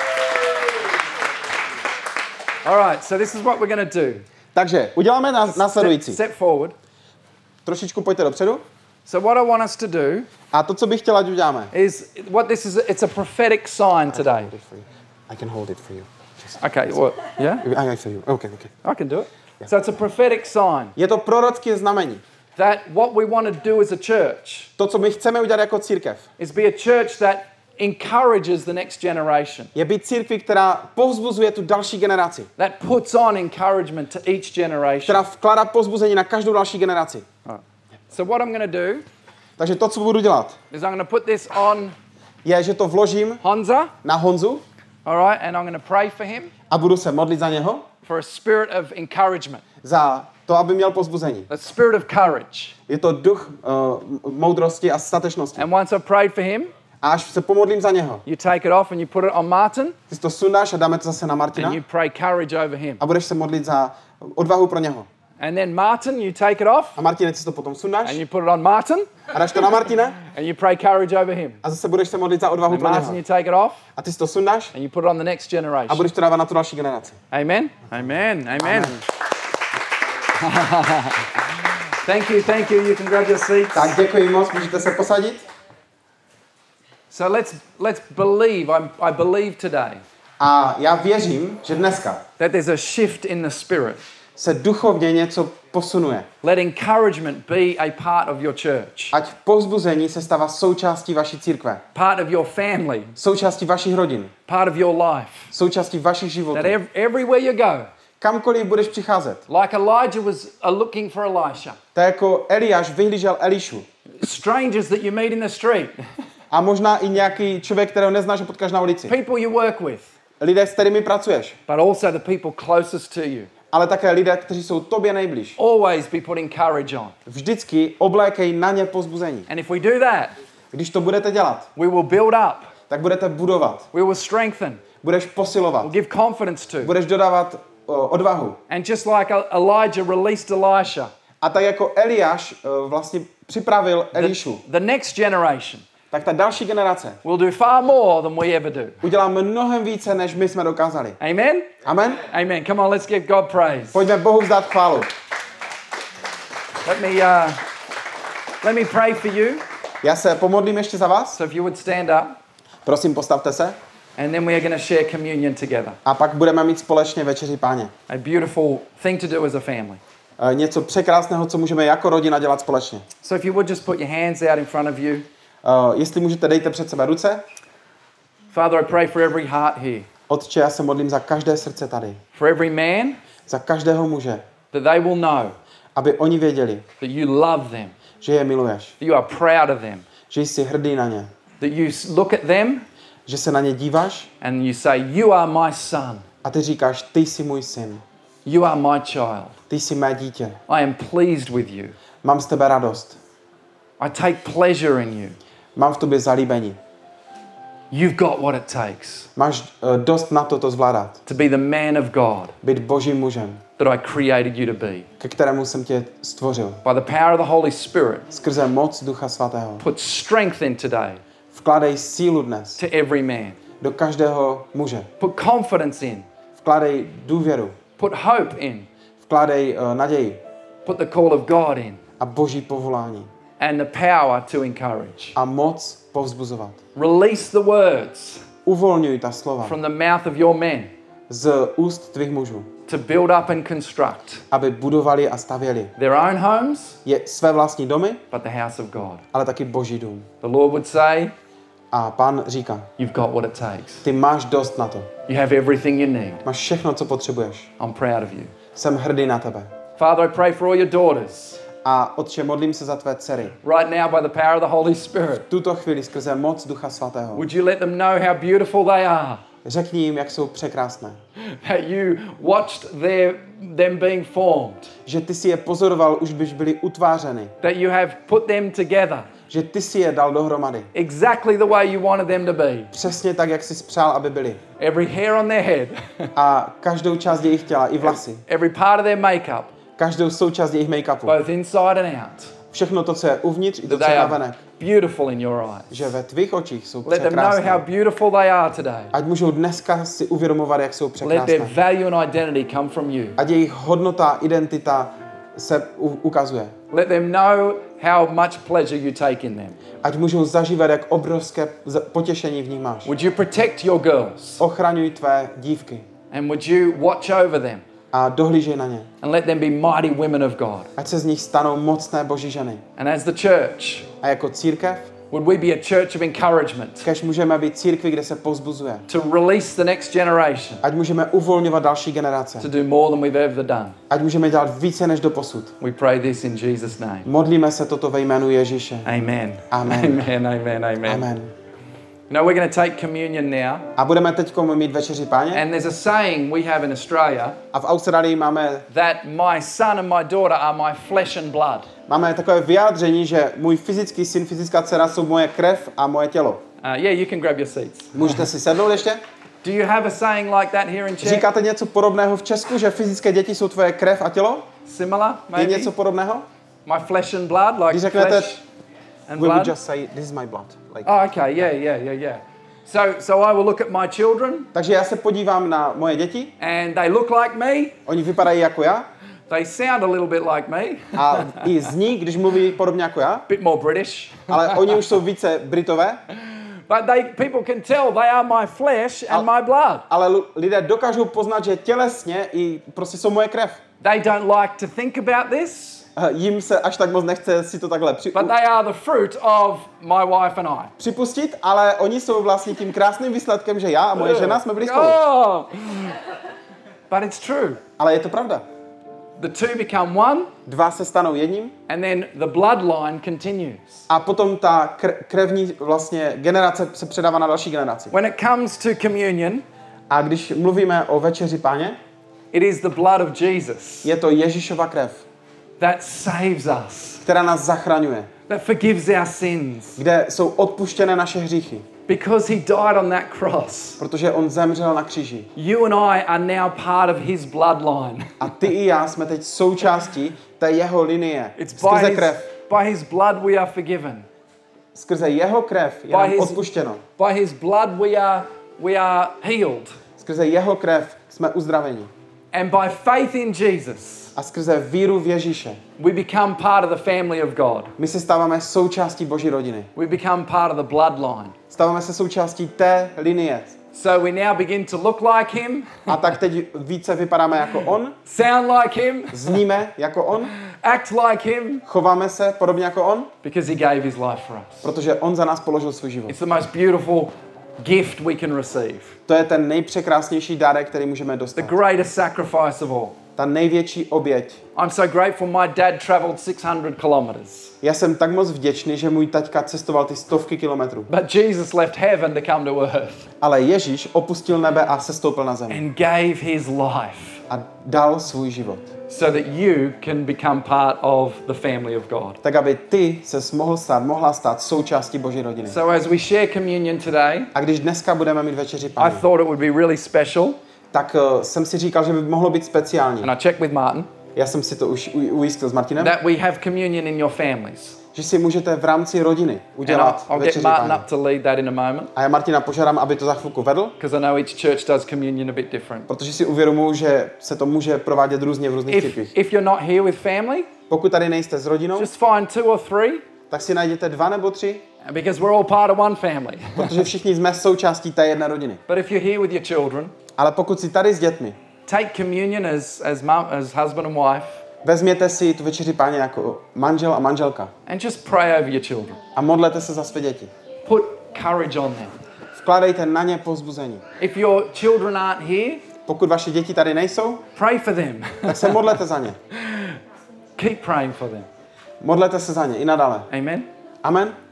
All right, so this is what we're going to do. Takže uděláme nás, Step, následující. step forward. Trošičku pojďte dopředu. So what I want us to do A to, co bych chtěla, ať uděláme. is what this is. It's a prophetic sign today. I can hold it for you. Okay, well, yeah, I for you. Okay, okay. I can do it. So it's a prophetic sign Je to prorocké znamení. that what we want to do as a church To, co my chceme udělat jako církev, is be a church that encourages the next generation. je být církví, která povzbuzuje tu další generaci. That puts on encouragement to each generation. Která vkládá povzbuzení na každou další generaci. So what I'm going to do Takže to, co budu dělat, is I'm going to put this on je, že to vložím Honza, na Honzu all right, and I'm going to pray for him a budu se modlit za něho, for a spirit of encouragement, za to, aby měl povzbuzení. a spirit of courage. Je to duch uh, moudrosti a statečnosti. And once I've prayed for him, A až se pomodlím za něho, you take it off and you put it on Martin, ty si to sundáš a dáme to zase na Martina and you pray courage over him. a budeš se modlit za odvahu pro něho. And then Martin, you take it off A Martine, ty si to potom sundáš and you put it on Martin, a dáš to na Martina and you pray courage over him. a zase budeš se modlit za odvahu And pro Martin, něho. you take it off A ty si to sundáš and you put it on the next a generation. budeš to dávat na tu další generaci. Amen? Amen. Amen. Thank you, thank you. You can grab your seats. Tak děkuji moc, můžete se posadit. So let's let's believe. I'm, I believe today A já věřím, že dneska that there's a shift in the spirit. se duchovně něco posunuje. Let encouragement be a part of your church, Ať povzbuzení se stává součástí vaší církve, part of your family, součástí vašich rodin, part of your life. součástí vašich životů. That ev- everywhere you go, Kamkoliv budeš přicházet. like Elijah was uh, looking for Elisha, To je jako Eliáš vyhlížel Elišu. strangers that you meet in the street, A možná i nějaký člověk, kterého neznáš a potkáš na ulici. people you work with, Lidé, s kterými pracuješ. but also the people closest to you. Ale také lidé, kteří jsou tobě nejblíž. Always be putting courage on. Vždycky oblékej na ně povzbuzení. And if we do that, Když to budete dělat, we will build up, tak budete budovat. we will strengthen, Budeš posilovat. we'll give confidence to. Budeš dodávat o, odvahu. And just like Elijah released Elisha, A tak jako Eliáš uh, vlastně připravil Elišu, the next generation tak ta další generace will do far more than we ever do. udělá mnohem více, než my jsme dokázali. Amen? Amen? Amen. Come on, let's give God praise. Pojďme Bohu vzdát chválu. Let me uh, let me pray for you. Já se pomodlím ještě za vás. So if you would stand up, Prosím, postavte se. and then we are going to share communion together. A pak budeme mít společně večeři Páně. A beautiful thing to do as a family. E, něco překrásného, co můžeme jako rodina dělat společně. So if you would just put your hands out in front of you. E, jestli můžete, dejte před sebe ruce. Father, I pray for every heart here, Otče, já se modlím za každé srdce tady. for every man, Za každého muže. that they will know Aby oni věděli, that you love them, že je miluješ. that you are proud of them, Že jsi hrdý na ně. that you s- look at them Že se na ně díváš and you say, you are my son, a ty říkáš, ty jsi můj syn. you are my child. Ty jsi mé dítě. I am pleased with you. Mám z tebe radost. I take pleasure in you. Mám v tobě zalíbení. You've got what it takes Máš uh, dost na to to zvládat. to be the man of God Být božím mužem, that I created you to be. ke kterému jsem tě stvořil. By the power of the Holy Spirit, Skrze moc Ducha Svatého. put strength in today Vkládej sílu dnes to every man. do každého muže. Put confidence in. Vkládej důvěru. Put hope in. Vkládej uh, naději Put the call of God in. a boží povolání. And the power to encourage. A moc povzbuzovat. Release the words Uvolňuj ta slova from the mouth of your men z úst tvých mužů, to build up and construct aby budovali a stavěli their own homes, je své vlastní domy, but the house of God. ale taky boží dům. The Lord would say, A Pán říká, you've got what it takes. ty máš dost na to. You have everything you need. Máš všechno, co potřebuješ. I'm proud of you. Jsem hrdý na tebe. Father, I pray for all your daughters A Otče, modlím se za tvé dcery. right now by the power of the Holy Spirit. V tuto chvíli skrze moc Ducha Svatého. Would you let them know how beautiful they are? Řekni jim, jak jsou překrásné. That you watched their, them being formed. Že ty si je pozoroval, už byš byli utvářeny. That you have put them together Že ty si je dal dohromady. exactly the way you wanted them to be. Přesně tak, jak jsi spřál, aby byli. Every hair on their head, A každou část jejich těla, i vlasy. every part of their makeup, Každou součást jejich make-upu. both inside and out. Všechno to, co je uvnitř, i to, That co they je are navenek. beautiful in your eyes. Že ve tvých očích jsou Let them know how překrásné. beautiful they are today. Ať můžou dneska si uvědomovat, jak jsou Let their překrásné. value and identity come from you. Ať jejich hodnota, identita se u- ukazuje. Let them know how much pleasure you take in them. Ať můžou zažívat, jak obrovské z- potěšení v nich máš. Would you protect your girls? Ochraňuj tvé dívky And would you watch over them? a dohlížej na ně. And let them be mighty women of God. Ať se z nich stanou mocné boží ženy. And as the church, A jako církev Would we be a church of encouragement Kež můžeme být církví, kde se povzbuzuje. to release the next generation Ať můžeme uvolňovat další generace. to do more than we've ever done. Ať můžeme dělat více než doposud. We pray this in Jesus' name. Modlíme se toto ve jménu Ježíše. Amen. Amen. Amen, amen, amen. Amen. No, we're going to take communion now. A budeme teď mít večeři Páně. And there's a saying we have in Australia A v Austrálii máme, that my son and my daughter are my flesh and blood. máme takové vyjádření, že můj fyzický syn, fyzická dcera jsou moje krev a moje tělo. Uh, yeah, you can grab your seats. Můžete si sednout ještě? Do you have a saying like that here in Czech? Říkáte něco podobného v Česku, že fyzické děti jsou tvoje krev a tělo? Similar, Je maybe? něco podobného? My flesh and blood, like Když řeknete, flesh and we would blood? just say, this is my blood. Like, Oh, okay, yeah, yeah, yeah, yeah. So, so I will look at my children, takže já se podívám na moje děti, and they look like me. oni vypadají jako já They sound a little bit like me, a i zní, když mluví podobně jako já, bit more British. ale oni už jsou více Britové, But they, people can tell they are my flesh and my blood. ale l- lidé dokážou poznat, že tělesně i prostě jsou moje krev. They don't like to think about this, A jim se až tak moc nechce si to takhle při- but they are the fruit of my wife and I. připustit, ale oni jsou vlastně tím krásným výsledkem, že já a moje žena jsme byli spolu. Oh. But it's true. Ale je to pravda. The two become one, Dva se stanou jedním and then the bloodline continues. a potom ta kr- krevní vlastně generace se předává na další generaci. When it comes to communion, A když mluvíme o večeři Páně, it is the blood of Jesus je to Ježíšova krev, that saves us, která nás zachraňuje, that forgives our sins, kde jsou odpuštěné naše hříchy, because he died on that cross. protože on zemřel na kříži. You and I are now part of his bloodline. A ty i já jsme teď součástí té jeho linie. It's by Skrze his, krev. by his blood we are forgiven. Skrze jeho krev je By nám his- odpuštěno. By his blood we are, we are healed. Skrze jeho krev jsme uzdraveni. And by faith in Jesus, A skrze víru v Ježíše we become part of the family of God. my se stáváme součástí Boží rodiny. We become part of the bloodline. Stáváme se součástí té linie. So we now begin to look like him, A tak teď více vypadáme jako on, sound like him, zníme jako on, act like him, chováme se podobně jako on, because he gave his life for us. protože on za nás položil svůj život. It's the most beautiful gift we can receive. To je ten nejpřekrásnější dárek, který můžeme The dostat. greatest sacrifice of all. Ta největší oběť. I'm so grateful my dad traveled six hundred kilometers. Já jsem tak moc vděčný, že můj taťka cestoval ty stovky kilometrů. But Jesus left heaven to come to earth Ale Ježíš opustil nebe a sestoupil na zemi. and gave his life A dal svůj život. so that you can become part of the family of God. Tak, aby ty ses mohl stát, mohla stát součástí Boží rodiny. So as we share communion today, A když dneska budeme mít večeři I Páně, thought it would be really special, tak uh, jsem si říkal, že by mohlo být speciální. and I checked with Martin, Já jsem si to už u- ujistil s Martinem, that we have communion in your families. že si můžete v rámci rodiny And I'll, udělat I'll get večeři Martin Páně. up to lead that in a moment, A já Martina požádám, aby to za chvilku vedl, because I know each church does communion a bit different. protože si uvědomuji, že se to může provádět různě v různých If, církvích. if you're not here with family, Pokud tady nejste s rodinou, just find two or three, tak si najděte dva nebo tři, because we're all part of one family. protože všichni jsme součástí té jedné rodiny. But if you're here with your children, Ale pokud si tady s dětmi, take communion as, as, mum, as husband and wife, vezměte si tu večeři Páně jako manžel a manželka and just pray over your children. a modlete se za své děti. Put courage on them. Vkládejte na ně povzbuzení. If your children aren't here, Pokud vaše děti tady nejsou, pray for them. tak se modlete za ně. Keep praying for them. Modlete se za ně i nadále. Amen. Amen.